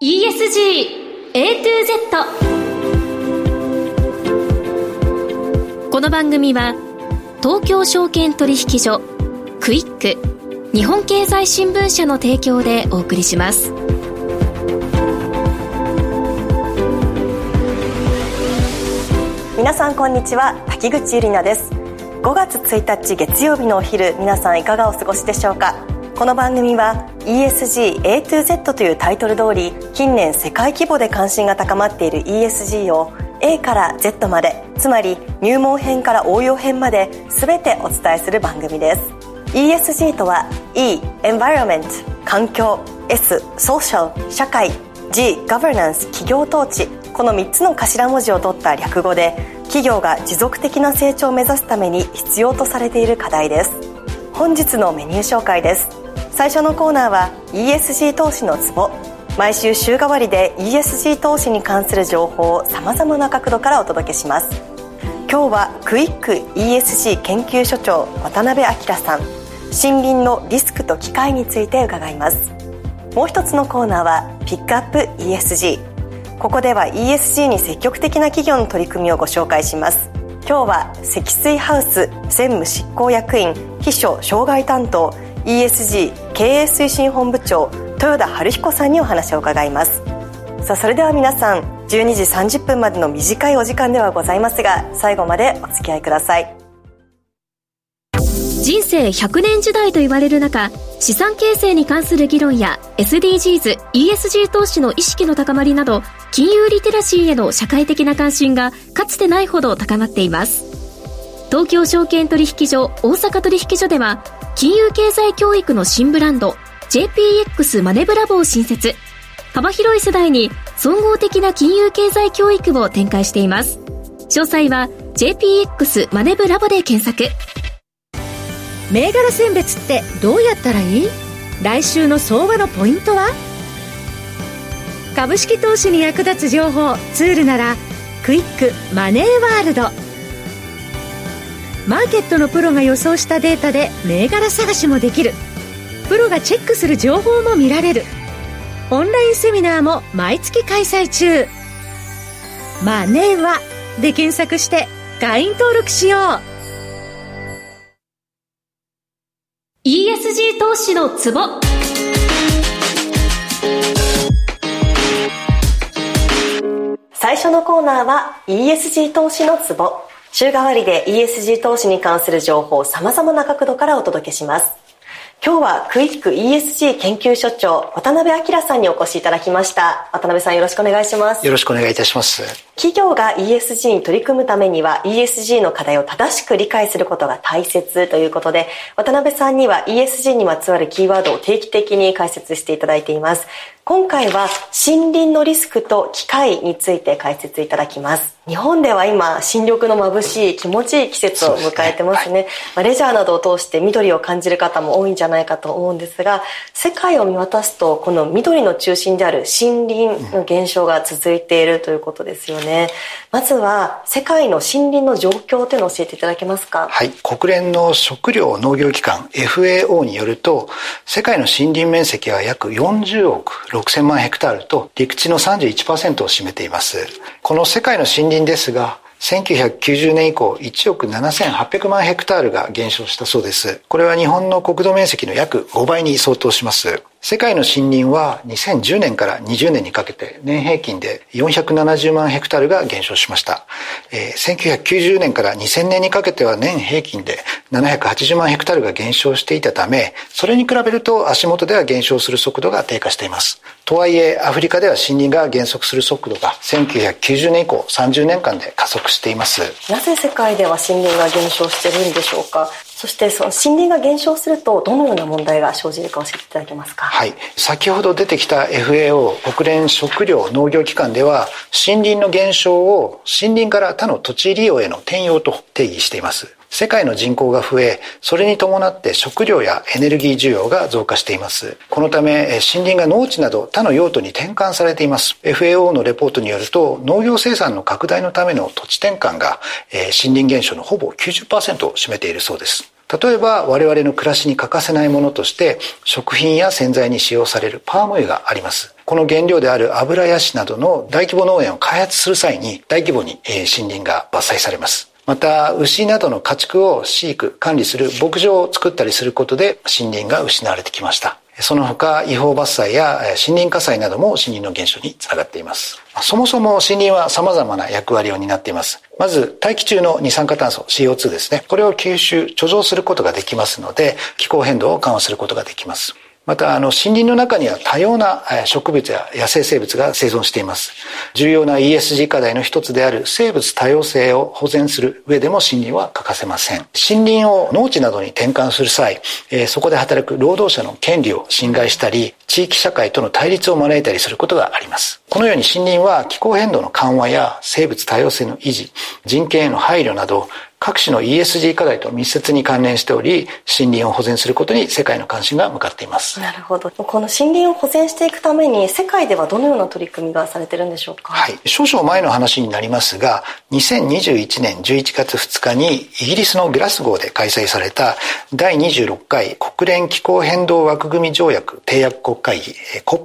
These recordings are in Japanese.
ESG A to Z。 この番組は東京証券取引所、クイック、日本経済新聞社の提供でお送りします。 皆さんこんにちは、滝口ゆりなです。5月1日月曜日のお昼、皆さんいかがお過ごしでしょうか。この番組は ESG A to Z というタイトル通り、近年世界規模で関心が高まっている ESG を A から Z まで、つまり入門編から応用編まで全てお伝えする番組です。 ESG とは E、Environment、環境、S、Social、社会、G、Governance、企業統治、この3つの頭文字を取った略語で、企業が持続的な成長を目指すために必要とされている課題です。本日のメニュー紹介です。最初のコーナーは ESG 投資のツボ。毎週週替わりで ESG 投資に関する情報をさまざまな角度からお届けします。今日はクイック ESG 研究所長渡辺明さん、森林のリスクと機会について伺います。もう一つのコーナーはピックアップ ESG。 ここでは ESG に積極的な企業の取り組みをご紹介します。今日は積水ハウス専務執行役員秘書渉外担当 ESG 経営推進本部長豊田春彦さんにお話を伺います。さあ、それでは皆さん、12時30分までの短いお時間ではございますが、最後までお付き合いください。 人生100年時代と言われる中、資産形成に関する議論や SDGs、ESG 投資の意識の高まりなど、金融リテラシーへの社会的な関心がかつてないほど高まっています。東京証券取引所、大阪取引所では、金融経済教育の新ブランド JPX マネブラボを新設。幅広い世代に総合的な金融経済教育を展開しています。詳細は JPX マネブラボで検索。 銘柄選別ってどうやったらいい？来週の相場のポイントは？株式投資に役立つ情報ツールならクイックマネーワールド。マーケットのプロが予想したデータで銘柄探しもできる。プロがチェックする情報も見られる。オンラインセミナーも毎月開催中。マネーワで検索して会員登録しよう。 ESG 投資のツボ。 最初のコーナーは ESG 投資のツボ。週替わりで ESG 投資に関する情報をさまざまな角度からお届けします。今日はクイック ESG 研究所長渡辺明さんにお越しいただきました。渡辺さん、よろしくお願いします。 よろしくお願いいたします。 企業が ESG に取り組むためには ESG の課題を正しく理解することが大切ということで、渡辺さんには ESG にまつわるキーワードを定期的に解説していただいています。今回は森林のリスクと機会について解説いただきます。日本では今、新緑の眩しい気持ちいい季節を迎えてますね。レジャーなどを通して緑を感じる方も多いんじゃないかと思うんですが、世界を見渡すとこの緑の中心である森林の減少が続いているということですよね。まずは世界の森林の状況というのを教えていただけますか？ はい、国連の食糧農業機関 FAO によると、世界の森林面積は約40億6000万ヘクタールと陸地の 31% を占めています。この世界の森林ですが、1990年以降1億7800万ヘクタールが減少したそうです。これは日本の国土面積の約5倍に相当します。世界の森林は2010年から20年にかけて年平均で470万ヘクタールが減少しました。1990年から2000年にかけては年平均で780万ヘクタールが減少していたため、それに比べると足元では減少する速度が低下しています。とはいえ、アフリカでは森林が減速する速度が1990年以降30年間で加速しています。 なぜ世界では森林が減少しているんでしょうか？そしてその森林が減少するとどのような問題が生じるか教えていただけますか？ はい、先ほど出てきた FAO 国連食糧農業機関では、森林の減少を森林から他の土地利用への転用と定義しています。世界の人口が増え、それに伴って食料やエネルギー需要が増加しています。このため森林が農地など他の用途に転換されています。 FAO のレポートによると、農業生産の拡大のための土地転換が森林減少のほぼ 90% を占めているそうです。 例えば我々の暮らしに欠かせないものとして食品や洗剤に使用されるパーム油があります。この原料であるアブラヤシなどの大規模農園を開発する際に大規模に森林が伐採されます。また牛などの家畜を飼育管理する牧場を作ったりすることで森林が失われてきました。その他違法伐採や森林火災なども森林の減少につながっています。そもそも森林は様々な役割を担っています。まず大気中の二酸化炭素 CO2 ですね。これを吸収貯蔵することができますので気候変動を緩和することができます。また森林の中には多様な植物や野生生物が生存しています。重要な ESG 課題の一つである生物多様性を保全する上でも森林は欠かせません。森林を農地などに転換する際、そこで働く労働者の権利を侵害したり、地域社会との対立を招いたりすることがあります。このように森林は気候変動の緩和や生物多様性の維持、人権への配慮など各種の ESG 課題と密接に関連しており、森林を保全することに世界の関心が向かっています。 なるほど。この森林を保全していくために世界ではどのような取り組みがされているんでしょうか。 はい。少々前の話になりますが、2021年11月2日にイギリスのグラスゴーで開催された第26回国連気候変動枠組条約締約国会議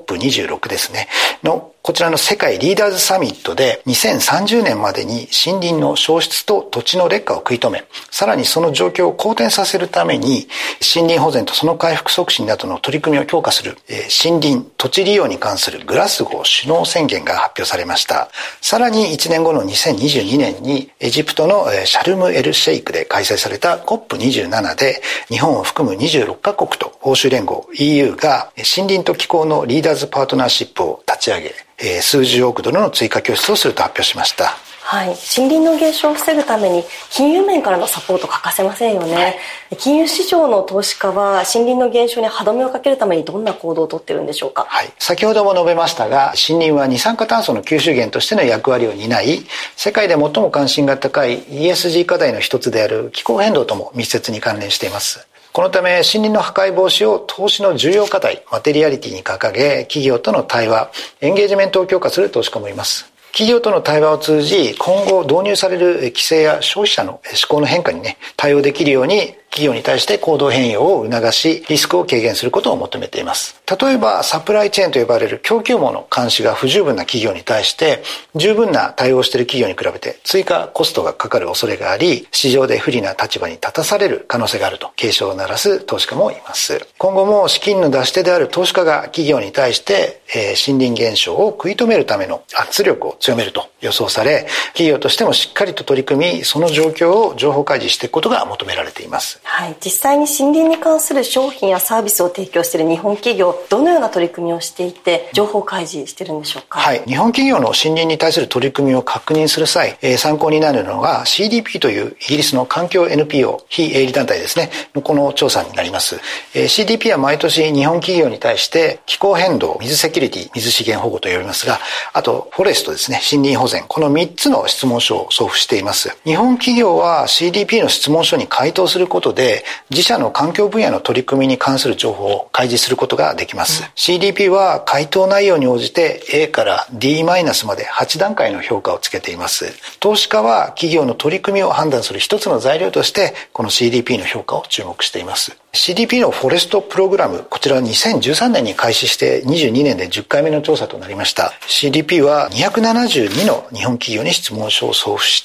COP26 ですねのこちらの世界リーダーズサミットで2030年までに森林の消失と土地の劣化を食い止め、さらにその状況を好転させるために森林保全とその回復促進などの取り組みを強化する森林土地利用に関するグラスゴー首脳宣言が発表されました。さらに1年後の2022年にエジプトのシャルムエルシェイクで開催された COP27 で日本を含む26カ国と欧州連合 EU が森林と気候のリーダーズパートナーシップを立ち上げ、数十億ドルの追加拠出をすると発表しました。 はい、森林の減少を防ぐために金融面からのサポート欠かせませんよね。はい、金融市場の投資家は森林の減少に歯止めをかけるためにどんな行動をとっているんでしょうか。 はい、先ほども述べましたが、森林は二酸化炭素の吸収源としての役割を担い、世界で最も関心が高い ESG 課題の一つである気候変動とも密接に関連しています。このため森林の破壊防止を投資の重要課題、マテリアリティに掲げ、企業との対話、エンゲージメントを強化する投資家もいます。企業との対話を通じ、今後導入される規制や消費者の思考の変化に対応できるように、企業に対して行動変容を促し、リスクを軽減することを求めています。例えば、サプライチェーンと呼ばれる供給網の監視が不十分な企業に対して、十分な対応をしている企業に比べて追加コストがかかる恐れがあり、市場で不利な立場に立たされる可能性があると警鐘を鳴らす投資家もいます。今後も資金の出し手である投資家が企業に対して、森林減少を食い止めるための圧力を強めると予想され、企業としてもしっかりと取り組み、その状況を情報開示していくことが求められています。 はい、実際に森林に関する商品やサービスを提供している日本企業、どのような取り組みをしていて情報開示しているんでしょうか。 はい、日本企業の森林に対する取り組みを確認する際、参考になるのが CDP というイギリスの環境 NPO 非営利団体ですねのこの調査になります。CDP は毎年日本企業に対して気候変動、水セキュリティ、水資源保護と呼びますが、あとフォレストですね、森林保全、この3つの質問書を送付しています。日本企業は CDP の質問書に回答することで自社の環境分野の取り組みに関する情報を開示することができます。CDP は回答内容に応じて A から D- まで8段階の評価をつけています。投資家は企業の取り組みを判断する一つの材料としてこの CDP の評価を注目しています。CDP のフォレストプログラム、こちらは2013年に開始して22年で10回目の調査となりました。CDP は272の日本企業に質問書を送付して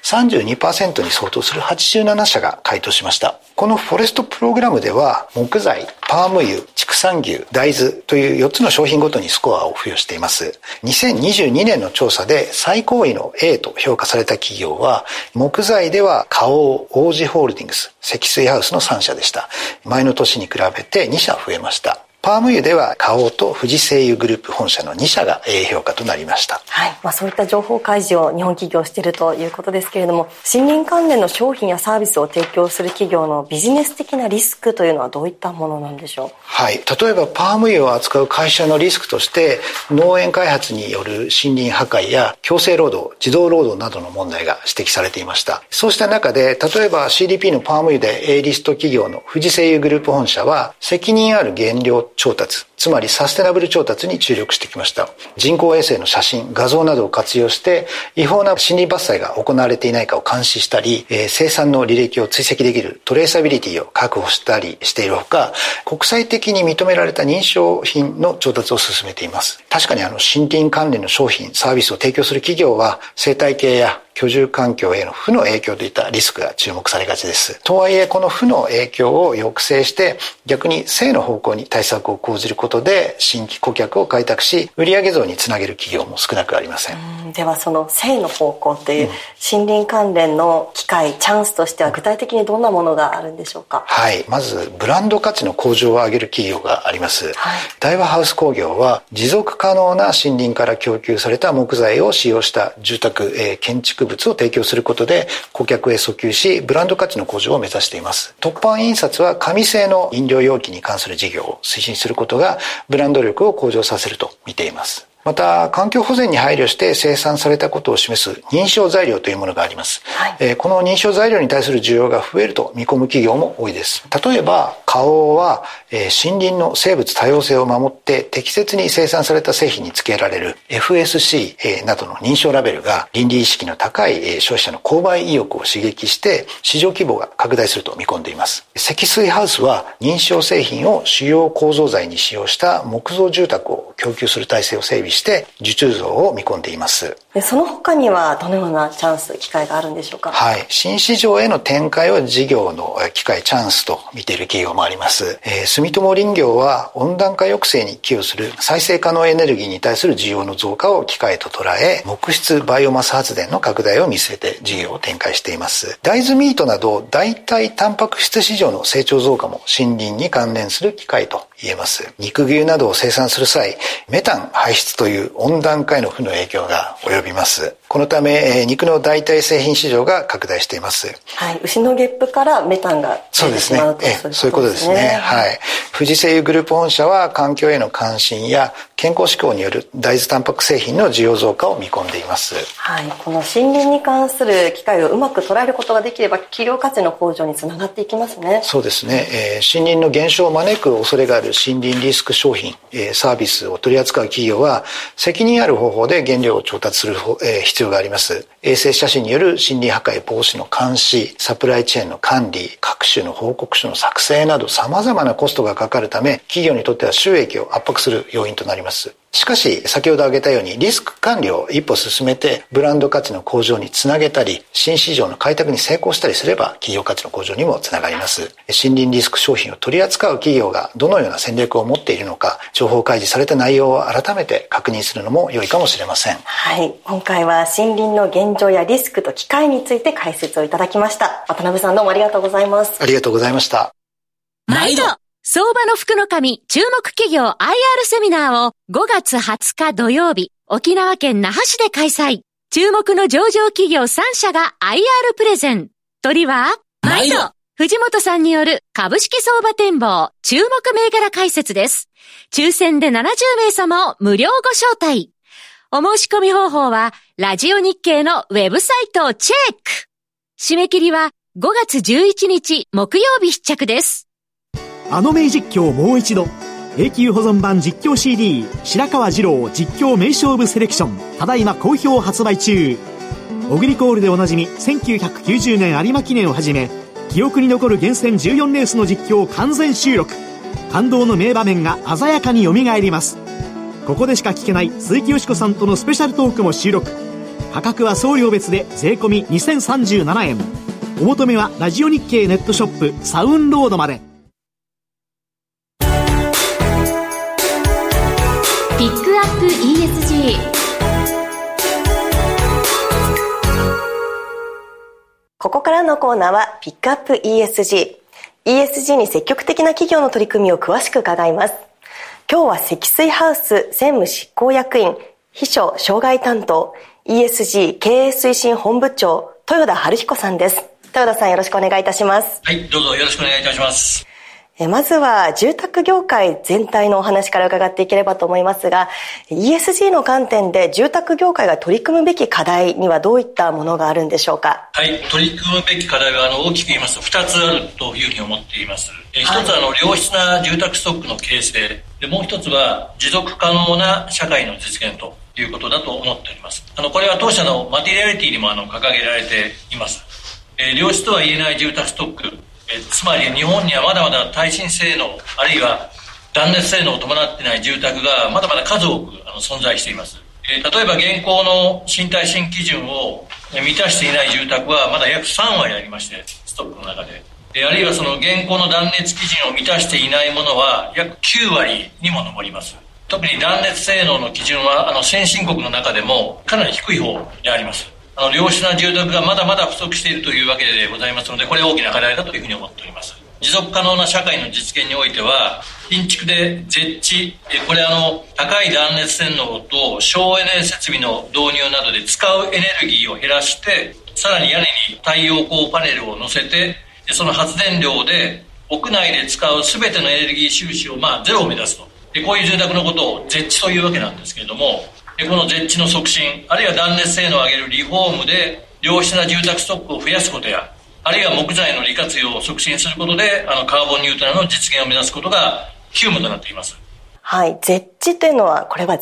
32% に相当する87社が回答しました。このフォレストプログラムでは木材、パーム油、畜産牛、大豆という4つの商品ごとにスコアを付与しています。2022年の調査で最高位の A と評価された企業は木材では花王、王子ホールディングス、積水ハウスの3社でした。前の年に比べて2社増えました。パーム油では花王と富士製油グループ本社の2社が A 評価となりました。 はい、そういった情報開示を日本企業しているということですけれども、森林関連の商品やサービスを提供する企業のビジネス的なリスクというのはどういったものなんでしょう。 はい、例えばパーム油を扱う会社のリスクとして農園開発による森林破壊や強制労働、児童労働などの問題が指摘されていました。そうした中で例えば CDP のパーム油で A リスト企業の富士製油グループ本社は責任ある原料調達、つまりサステナブル調達に注力してきました。人工衛星の写真、画像などを活用して違法な森林伐採が行われていないかを監視したり、生産の履歴を追跡できるトレーサビリティを確保したりしているほか、国際的に認められた認証品の調達を進めています。確かに森林関連の商品、サービスを提供する企業は生態系や居住環境への負の影響といったリスクが注目されがちです。とはいえ、この負の影響を抑制して逆に正の方向に対策を講じることで新規顧客を開拓し、売上増につなげる企業も少なくありません。 ではその正の方向という森林関連の機会、チャンスとしては具体的にどんなものがあるんでしょうか？ はい、まずブランド価値の向上を上げる企業があります。大和ハウス工業は持続可能な森林から供給された木材を使用した住宅、建築物を提供することで顧客へ訴求し、ブランド価値の向上を目指しています。凸版印刷は紙製の飲料容器に関する事業を推進することがブランド力を向上させると見ています。また、環境保全に配慮して生産されたことを示す認証材料というものがあります。この認証材料に対する需要が増えると見込む企業も多いです。例えば、花王は、森林の生物多様性を守って適切に生産された製品に付けられる FSC などの認証ラベルが倫理意識の高い消費者の購買意欲を刺激して市場規模が拡大すると見込んでいます。積水ハウスは認証製品を主要構造材に使用した木造住宅を供給する体制を整備して受注増を見込んでいます。 その他にはどのようなチャンス、機会があるんでしょうか？ はい、新市場への展開を事業の機会、チャンスと見ている企業もあります。住友林業は温暖化抑制に寄与する再生可能エネルギーに対する需要の増加を機会と捉え、木質バイオマス発電の拡大を見据えて事業を展開しています。大豆ミートなど代替タンパク質市場の成長増加も森林に関連する機会と言えます。肉牛などを生産する際、メタン排出という温暖化への負の影響が及びます。このため、肉の代替製品市場が拡大しています。 はい、牛のゲップからメタンが出てしまうと、 そういうことですね。はい。富士製油グループ本社は環境への関心や健康志向による大豆タンパク製品の需要増加を見込んでいます。 はい、この森林に関する機会をうまく捉えることができれば企業価値の向上につながっていきますね。 そうですね。森林の減少を招く恐れがある森林リスク商品、サービスを取り扱う企業は責任ある方法で原料を調達する必要があります。衛星写真による森林破壊防止の監視、サプライチェーンの管理、各種の報告書の作成など様々なコストがかかるため、企業にとっては収益を圧迫する要因となります。しかし、先ほど挙げたようにリスク管理を一歩進めてブランド価値の向上につなげたり、新市場の開拓に成功したりすれば企業価値の向上にもつながります。森林リスク商品を取り扱う企業がどのような戦略を持っているのか、情報開示された内容を改めて確認するのも良いかもしれません。 はい、今回は森林の現状やリスクと機会について解説をいただきました。渡辺さん、どうもありがとうございます。 ありがとうございました。 毎度相場の福の神注目企業 IR セミナーを5月20日土曜日、沖縄県那覇市で開催。注目の上場企業3社が IR プレゼン。鳥は毎度藤本さんによる株式相場展望注目銘柄解説です。抽選で70名様を無料ご招待。お申し込み方法はラジオ日経のウェブサイトをチェック。締め切りは5月11日木曜日必着です。 あの名実況をもう一度。永久保存版実況 CD 白川二郎実況名勝負セレクション、ただいま好評発売中。オグリコールでおなじみ1990年有馬記念をはじめ、記憶に残る厳選14レースの実況を完全収録。感動の名場面が鮮やかに蘇ります。ここでしか聞けない鈴木よしこさんとのスペシャルトークも収録。価格は送料別で税込2037円。お求めはラジオ日経ネットショップサウンロードまで。 ピックアップ ESG。 ここからのコーナーはピックアップ ESG。ESG に積極的な企業の取り組みを詳しく伺います。今日は積水ハウス専務執行役員、秘書障害担当、ESG 経営推進本部長、豊田晴彦さんです。豊田さん、よろしくお願いいたします。 はい、どうぞよろしくお願いいたします。 まずは住宅業界全体のお話から伺っていければと思いますが、 ESG の観点で住宅業界が取り組むべき課題にはどういったものがあるんでしょうか？ はい、取り組むべき課題は大きく言いますと2つあるというふうに思っています。一つは良質な住宅ストックの形成、 で、もう一つは持続可能な社会の実現ということだと思っております。これは当社のマテリアリティにも掲げられています。良質とは言えない住宅ストック、つまり日本にはまだまだ耐震性能、あるいは断熱性能を伴っていない住宅がまだまだ数多く存在しています。例えば現行の新耐震基準を満たしていない住宅はまだ約3割ありまして、ストックの中で。あるいはその現行の断熱基準を満たしていないものは約9割にも上ります。特に断熱性能の基準は先進国の中でもかなり低い方であります。良質な住宅がまだまだ不足しているというわけでございますので、これ大きな課題だというふうに思っております。持続可能な社会の実現においては、新築で絶地、これ高い断熱性能と省エネ設備の導入などで使うエネルギーを減らして、さらに屋根に太陽光パネルを乗せて、その発電量で屋内で使う全てのエネルギー収支をゼロを目指すと。こういう住宅のことを絶地というわけなんですけれども、この絶地の促進、あるいは断熱性能を上げるリフォームで良質な住宅ストックを増やすことや、あるいは木材の利活用を促進することでカーボンニュートラルの実現を目指すことが急務となっています。 はい、絶地というのは、これは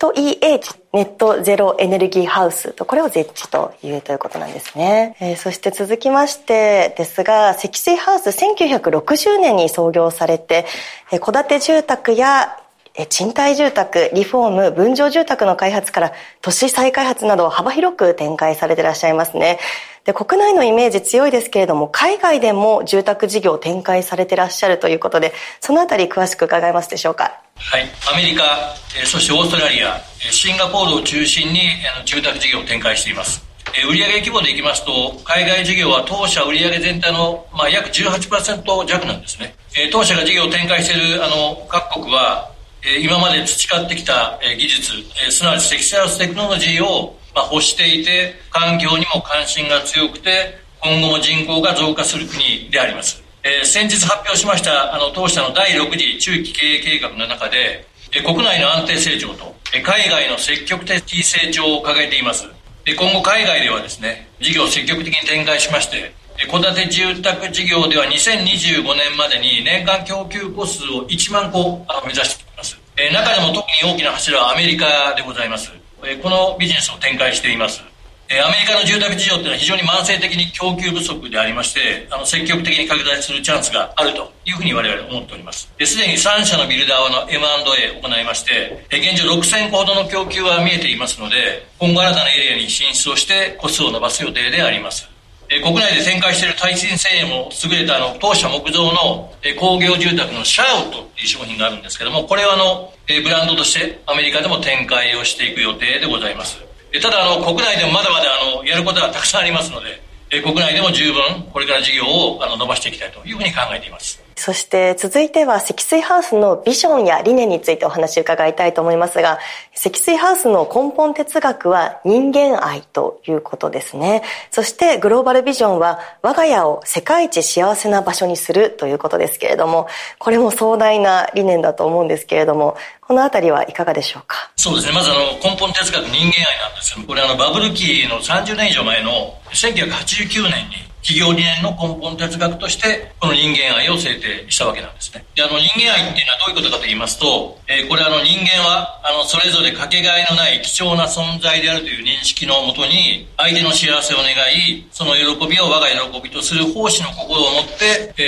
ZEH、ネットゼロエネルギーハウスと、これを絶地というということなんですね。そして続きましてですが、積水ハウス1960年に創業されて、戸建て住宅や賃貸住宅、リフォーム、分譲住宅の開発から都市再開発など幅広く展開されていらっしゃいますね。で、国内のイメージ強いですけれども、海外でも住宅事業を展開されていらっしゃるということで、そのあたり詳しく伺えますでしょうか。 はい、アメリカ、そしてオーストラリア、シンガポールを中心に住宅事業を展開しています。売上規模でいきますと、海外事業は当社売上全体の約 18% 弱なんですね。当社が事業を展開している各国は、今まで培ってきた技術、すなわち積水ハウステクノロジーを欲していて、環境にも関心が強くて、今後も人口が増加する国であります。先日発表しました当社の第6次中期経営計画の中で、国内の安定成長と海外の積極的成長を掲げています。今後海外ではですね、事業を積極的に展開しまして、戸建て住宅事業では2025年までに年間供給戸数を1万戸目指しています。中でも特に大きな柱はアメリカでございます。このビジネスを展開しています。アメリカの住宅事情というのは非常に慢性的に供給不足でありまして、積極的に拡大するチャンスがあるというふうに我々は思っております。すでに3社のビルダーの M&A を行いまして、現状6000戸ほどの供給は見えていますので、今後新たなエリアに進出をして戸数を伸ばす予定であります。国内で展開している耐震性能も優れた当社木造の工業住宅のシャウトという商品があるんですけども、これはブランドとしてアメリカでも展開をしていく予定でございます。ただ国内でもまだまだやることはたくさんありますので、国内でも十分これから事業を伸ばしていきたいというふうに考えています。 そして続いては積水ハウスのビジョンや理念についてお話を伺いたいと思いますが、積水ハウスの根本哲学は人間愛ということですね。そしてグローバルビジョンは我が家を世界一幸せな場所にするということですけれども、これも壮大な理念だと思うんですけれども、このあたりはいかがでしょうか。 そうですね、まず根本哲学人間愛なんですけど、これバブル期の30年以上前の1989年に企業理念の根本哲学としてこの人間愛を制定したわけなんですね。で、人間愛っていうのはどういうことかと言いますと、これ人間はそれぞれかけがえのない貴重な存在であるという認識のもとに相手の幸せを願い、その喜びを我が喜びとする奉仕の心を持って、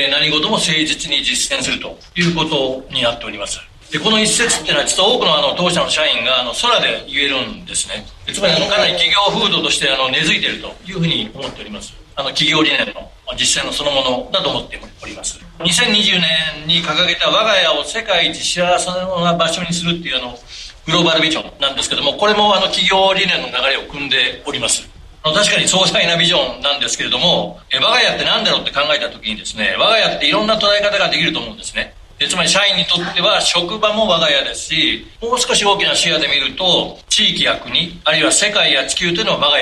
何事も誠実に実践するということになっております。で、この一節っていうのは実は多くの当社の社員が空で言えるんですね。つまりかなり企業風土として根付いているというふうに思っております。企業理念の実践のそのものだと思っております。2020年に掲げた我が家を世界一幸せな場所にするっていうグローバルビジョンなんですけども、これも企業理念の流れを組んでおります。確かに壮大なビジョンなんですけれども、我が家って何だろうって考えた時にですね、我が家っていろんな捉え方ができると思うんですね。つまり社員にとっては職場も我が家ですし、もう少し大きな視野で見ると地域や国、あるいは世界や地球というのは我が家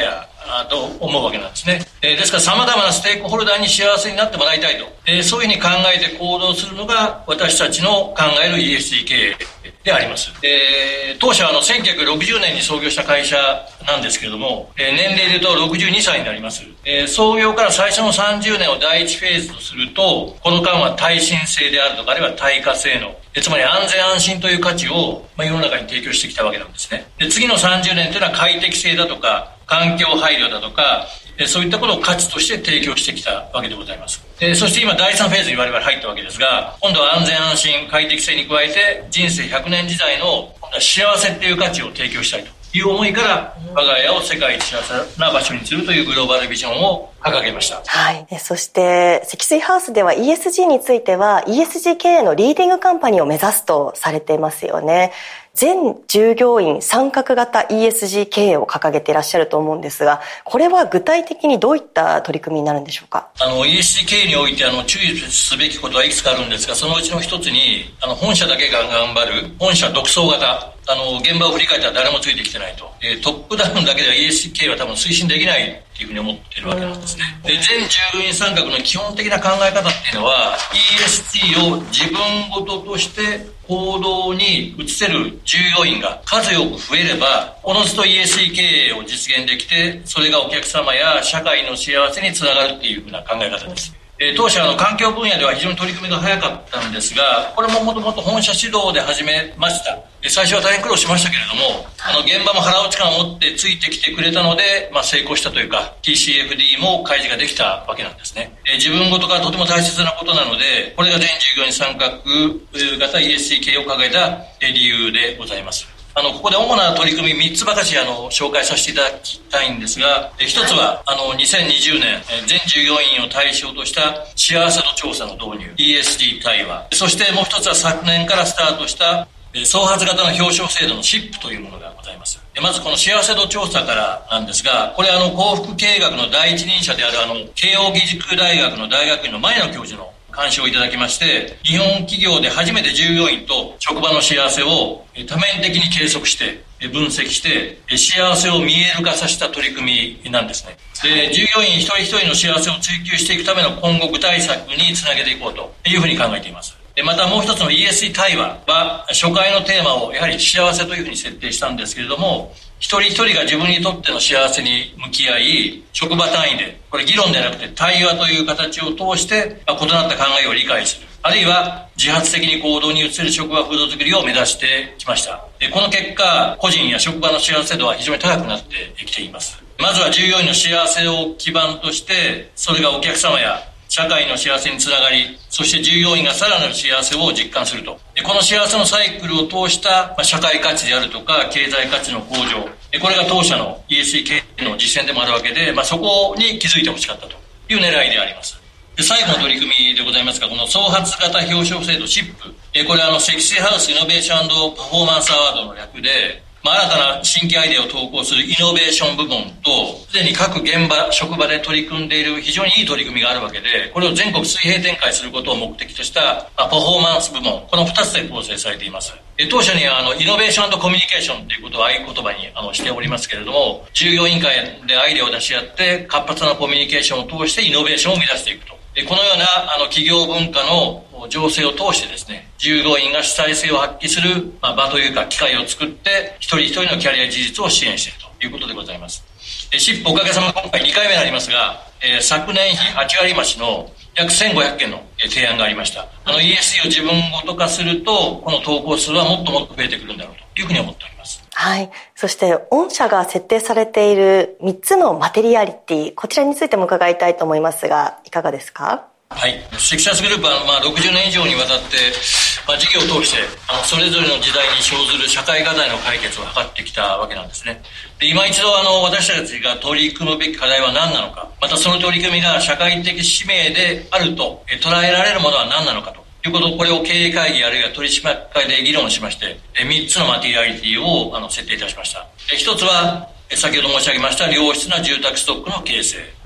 と思うわけなんですね。ですから様々なステークホルダーに幸せになってもらいたいと、そういうふうに考えて行動するのが私たちの考える ESG 経営であります。当社は1960年に創業した会社なんですけれども、年齢で言うと62歳になります。創業から最初の30年を第一フェーズとすると、この間は耐震性であるとか、あるいは耐火性能、つまり安全安心という価値を、世の中に提供してきたわけなんですね。で、次の30年というのは快適性だとか、環境配慮だとか、そういったことを価値として提供してきたわけでございます。そして今第3フェーズに我々入ったわけですが、今度は安全安心、快適性に加えて人生100年時代の幸せっていう価値を提供したいという思いから、我が家を世界一幸せな場所にするというグローバルビジョンを掲げました。 はい。そして積水ハウスでは ESG については ESG 経営のリーディングカンパニーを目指すとされていますよね。全従業員参画型 ESG 経営を掲げていらっしゃると思うんですが、これは具体的にどういった取り組みになるんでしょうか。 ESG 経営において注意すべきことはいくつかあるんですが、そのうちの一つに本社だけが頑張る本社独走型、現場を振り返ったら誰もついてきてないと、トップダウンだけでは ESG 経営は多分推進できないっていうふうに思っているわけなんですね。で、全従業員参画の基本的な考え方っていうのは ESG を自分ごととして行動に移せる従業員が数よく増えれば、おのずと ESG 経営を実現できて、それがお客様や社会の幸せにつながるっていうふうな考え方です。当社環境分野では非常に取り組みが早かったんですが、これももともと本社主導で始めました。最初は大変苦労しましたけれども、現場も腹落ち感を持ってついてきてくれたので、成功したというか TCFD も開示ができたわけなんですね。自分ごとがとても大切なことなので、これが全従業員参画型 ESG 経営を掲げた理由でございます。ここで主な取り組み3つばかし紹介させていただきたいんですが、一つは2020年全従業員を対象とした幸せ度調査の導入 ESG 対話、そしてもう一つは昨年からスタートした創発型の表彰制度の SIP というものがございます。まずこの幸せ度調査からなんですが、これ幸福経営学の第一人者である慶應義塾大学の大学院の前野教授の監修をいただきまして、日本企業で初めて従業員と職場の幸せを多面的に計測して分析して幸せを見える化させた取り組みなんですね。で、従業員一人一人の幸せを追求していくための今後具体策につなげていこうというふうに考えています。またもう一つの ESG 対話は初回のテーマをやはり幸せというふうに設定したんですけれども、一人一人が自分にとっての幸せに向き合い、職場単位で、これ議論ではなくて対話という形を通して異なった考えを理解する、あるいは自発的に行動に移せる職場風土づくりを目指してきました。この結果、個人や職場の幸せ度は非常に高くなってきています。まずは従業員の幸せを基盤として、それがお客様や社会の幸せにつながり、そして従業員がさらなる幸せを実感すると。この幸せのサイクルを通した社会価値であるとか経済価値の向上、これが当社の ESG 経営の実践でもあるわけで、そこに気づいてほしかったという狙いであります。で、最後の取り組みでございますが、この創発型表彰制度 SIP、これは積水ハウスイノベーション&パフォーマンスアワードの略で、新たな新規アイデアを投稿するイノベーション部門と、すでに各現場、職場で取り組んでいる非常にいい取り組みがあるわけで、これを全国水平展開することを目的としたパフォーマンス部門、この2つで構成されています。当社にはイノベーション&コミュニケーションということを合言葉にしておりますけれども、従業員会でアイデアを出し合って活発なコミュニケーションを通してイノベーションを生み出していくと。このような企業文化の情勢を通してですね、従業員が主体性を発揮する場というか機会を作って一人一人のキャリア自立を支援しているということでございます。SIPおかげさま今回2回目になりますが、昨年比8割増しの約1500件の提案がありました。ESG を自分ごと化すると、この投稿数はもっともっと増えてくるんだろうというふうに思っております。 はい。そして、御社が設定されている3つのマテリアリティ、こちらについても伺いたいと思いますが、いかがですか？ はい。積水ハウスグループは60年以上にわたって、事業を通してそれぞれの時代に生ずる社会課題の解決を図ってきたわけなんですね。で、今一度私たちが取り組むべき課題は何なのか、またその取り組みが社会的使命であると捉えられるものは何なのかということ、これを経営会議あるいは取締役会で議論しまして、3つのマテリアリティを設定いたしました。1つは先ほど申し上げました良質な住宅ストックの形成。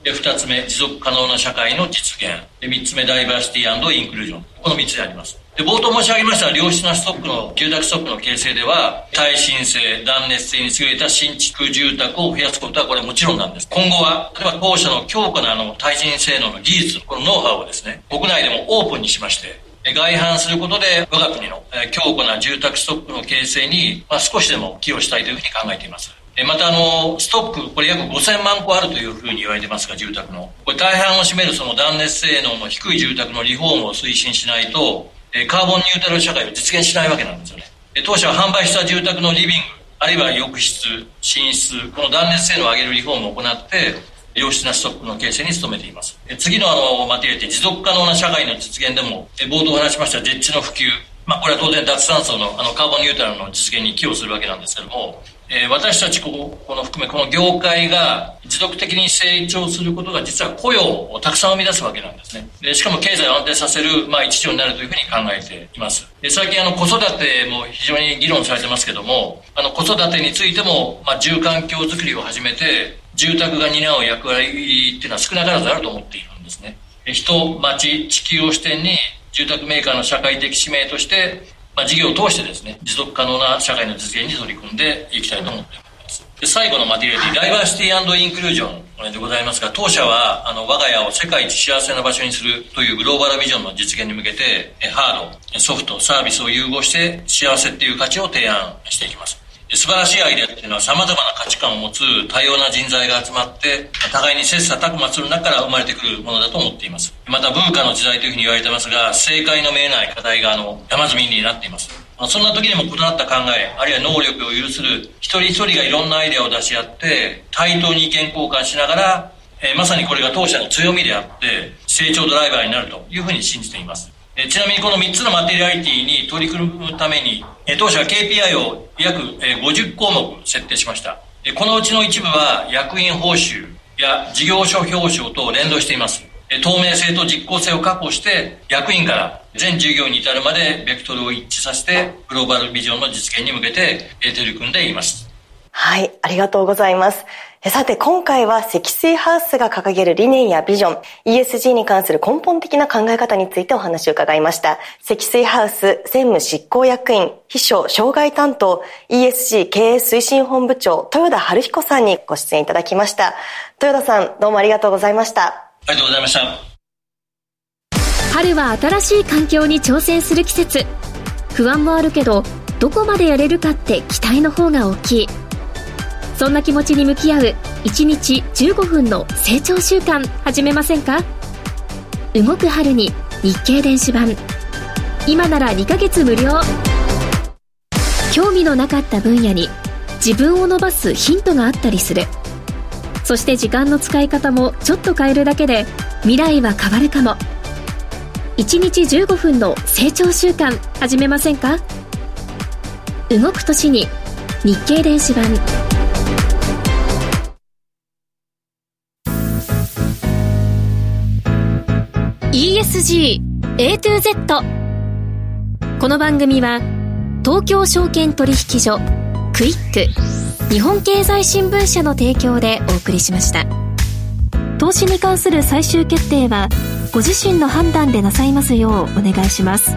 2つ目、持続可能な社会の実現。3つ目、ダイバーシティ&インクルージョン。この3つであります。で、冒頭申し上げました良質なストックの、住宅ストックの形成では、耐震性、断熱性に優れた新築住宅を増やすことはこれはもちろんなんです。今後は、例えば当社の強固な耐震性能の技術、このノウハウをですね、国内でもオープンにしまして、外販することで我が国の強固な住宅ストックの形成に少しでも寄与したいというふうに考えています。またストック、これ約5000万個あるというふうに言われてますが、住宅の。これ大半を占めるその断熱性能の低い住宅のリフォームを推進しないと、カーボンニュートラル社会を実現しないわけなんですよね。当社は販売した住宅のリビング、あるいは浴室、寝室、この断熱性能を上げるリフォームを行って、良質なストックの形成に努めています。次のマテリアリティ、持続可能な社会の実現でも、冒頭お話しましたゼッチの普及、これは当然脱炭素のカーボンニュートラルの実現に寄与するわけなんですけども、私たちこの含めこの業界が持続的に成長することが実は雇用をたくさん生み出すわけなんですね。でしかも経済を安定させる一助になるというふうに考えています。最近子育ても非常に議論されてますけども、子育てについても住環境づくりを始めて住宅が担う役割っていうのは少なからずあると思っているんですね。人、町、地球を視点に住宅メーカーの社会的使命として事業を通してですね、持続可能な社会の実現に取り組んでいきたいと思っています。で、最後のマテリアリティ、ダイバーシティ&インクルージョンでございますが、当社は我が家を世界一幸せな場所にするというグローバルビジョンの実現に向けて、ハード、ソフト、サービスを融合して幸せっていう価値を提案していきます。素晴らしいアイデアっていうのは様々な価値観を持つ多様な人材が集まって互いに切磋琢磨する中から生まれてくるものだと思っています。また文化の時代というふうに言われてますが、正解の見えない課題が山積みになっています。そんな時にも異なった考え、あるいは能力を有する一人一人がいろんなアイデアを出し合って対等に意見交換しながら、まさにこれが当社の強みであって成長ドライバーになるというふうに信じています。ちなみにこの3つのマテリアリティに取り組むために、当社は KPI を約50項目設定しました。このうちの一部は役員報酬や事業所表彰と連動しています。透明性と実効性を確保して役員から全従業員に至るまでベクトルを一致させてグローバルビジョンの実現に向けて取り組んでいます。 はい、ありがとうございます。さて今回は積水ハウスが掲げる理念やビジョン、ESG に関する根本的な考え方についてお話を伺いました。積水ハウス専務執行役員、秘書障害担当、ESG 経営推進本部長、豊田晴彦さんにご出演いただきました。豊田さん、どうもありがとうございました。 ありがとうございました。 春は新しい環境に挑戦する季節。不安もあるけど、どこまでやれるかって期待の方が大きい。そんな気持ちに向き合う1日15分の成長習慣始めませんか？動く春に日経電子版。今なら2ヶ月無料。興味のなかった分野に自分を伸ばすヒントがあったりする。そして時間の使い方もちょっと変えるだけで未来は変わるかも。1日15分の成長習慣始めませんか？動く年に日経電子版。ESG A to Z。 この番組は東京証券取引所、クイック、日本経済新聞社の提供でお送りしました。投資に関する最終決定はご自身の判断でなさいますようお願いします。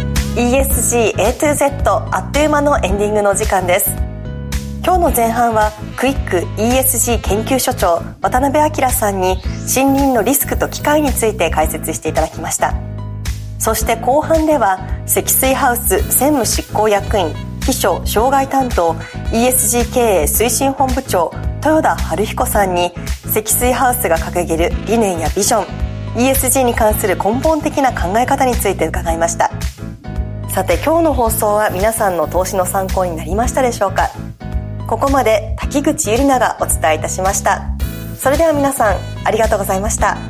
ESG A to Z、 あっという間のエンディングの時間です。今日の前半はクイック ESG 研究所長渡辺明さんに森林のリスクと機会について解説していただきました。そして後半では積水ハウス専務執行役員、秘書障害担当、 ESG 経営推進本部長豊田晴彦さんに積水ハウスが掲げる理念やビジョン、 ESG に関する根本的な考え方について伺いました。さて今日の放送は皆さんの投資の参考になりましたでしょうか？ここまで滝口ゆりながお伝えいたしました。それでは皆さんありがとうございました。